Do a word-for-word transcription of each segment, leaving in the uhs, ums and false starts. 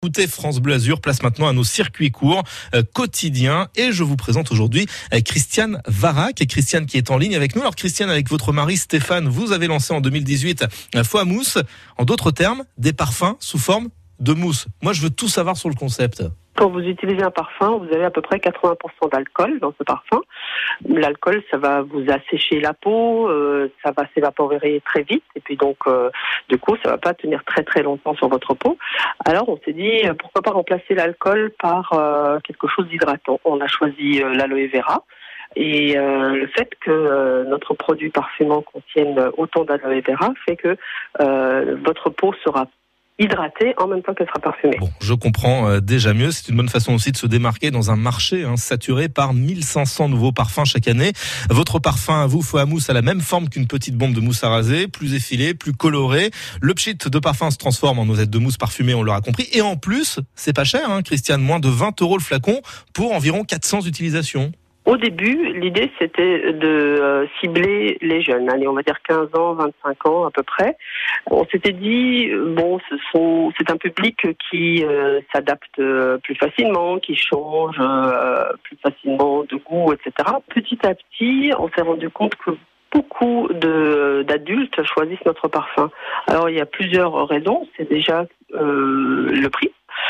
Écoutez France Bleu Azur, place maintenant à nos circuits courts euh, quotidiens et je vous présente aujourd'hui euh, Christiane Varac et Christiane qui est en ligne avec nous. Alors Christiane, avec votre mari Stéphane, vous avez lancé en deux mille dix-huit euh, Faux à mousse, en d'autres termes, des parfums sous forme de mousse. Moi je veux tout savoir sur le concept. Quand vous utilisez un parfum, vous avez à peu près quatre-vingts pour cent d'alcool dans ce parfum. L'alcool, ça va vous assécher la peau, euh, ça va s'évaporer très vite, et puis donc, euh, du coup, ça va pas tenir très très longtemps sur votre peau. Alors, on s'est dit, pourquoi pas remplacer l'alcool par euh, quelque chose d'hydratant. On a choisi euh, l'aloe vera. Et euh, le fait que euh, notre produit parfumant contienne autant d'aloe vera fait que euh, votre peau sera hydratée en même temps qu'elle sera parfumée. Bon, je comprends euh, déjà mieux. C'est une bonne façon aussi de se démarquer dans un marché hein, saturé par mille cinq cents nouveaux parfums chaque année. Votre parfum à vous, Faux à mousse, a la même forme qu'une petite bombe de mousse à raser, plus effilée, plus colorée. Le pchit de parfum se transforme en noisette de mousse parfumée, on l'aura compris. Et en plus, c'est pas cher, hein, Christiane, moins de vingt euros le flacon pour environ quatre cents utilisations. Au début, l'idée, c'était de euh, cibler les jeunes, allez, on va dire quinze ans, vingt-cinq ans à peu près. On s'était dit, bon, ce sont, c'est un public qui euh, s'adapte euh, plus facilement, qui change euh, plus facilement de goût, et cetera. Petit à petit, on s'est rendu compte que beaucoup de, d'adultes choisissent notre parfum. Alors, il y a plusieurs raisons. C'est déjà euh, le prix.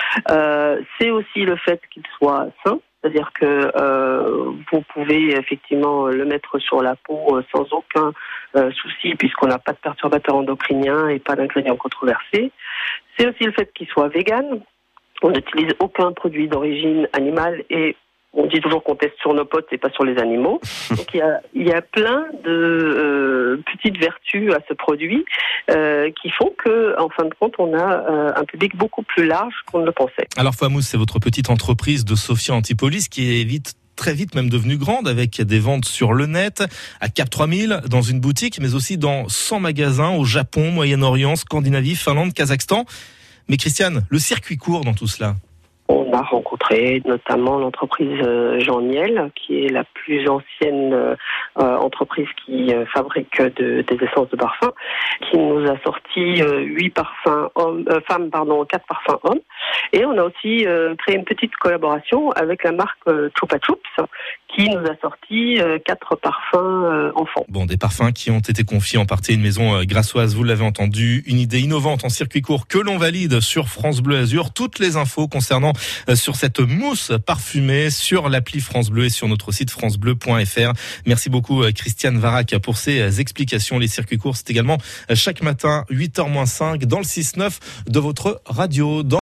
Euh, c'est aussi le fait qu'il soit sain. C'est-à-dire que euh, vous pouvez effectivement le mettre sur la peau euh, sans aucun euh, souci puisqu'on n'a pas de perturbateurs endocriniens et pas d'ingrédients controversés. C'est aussi le fait qu'il soit vegan. On n'utilise aucun produit d'origine animale et on dit toujours qu'on teste sur nos potes et pas sur les animaux. Donc il y a, il y a plein de euh, petites vertus à ce produit euh, qui font que, en fin de compte, on a euh, un public beaucoup plus large qu'on ne le pensait. Alors Faux à mousse, c'est votre petite entreprise de Sophia Antipolis qui est vite très vite même devenue grande avec des ventes sur le net, à Cap trois mille, dans une boutique, mais aussi dans cent magasins au Japon, Moyen-Orient, Scandinavie, Finlande, Kazakhstan. Mais Christiane, le circuit court dans tout cela? On a rencontré notamment l'entreprise Jean Miel, qui est la plus ancienne euh, entreprise qui euh, fabrique de, des essences de parfum, qui nous a sorti euh, huit parfums hommes, euh, femmes, pardon, quatre parfums hommes. Et on a aussi euh, créé une petite collaboration avec la marque euh, Chupa Chups, qui nous a sorti euh, quatre parfums euh, enfants. Bon, des parfums qui ont été confiés en partie à une maison euh, grassoise, vous l'avez entendu, une idée innovante en circuit court que l'on valide sur France Bleu Azur. Toutes les infos concernant euh, sur cette mousse parfumée sur l'appli France Bleu et sur notre site francebleu point f r. Merci beaucoup euh, Christiane Varac pour ces euh, explications. Les circuits courts, c'est également euh, chaque matin huit heures moins cinq dans le six neuf de votre radio. Dans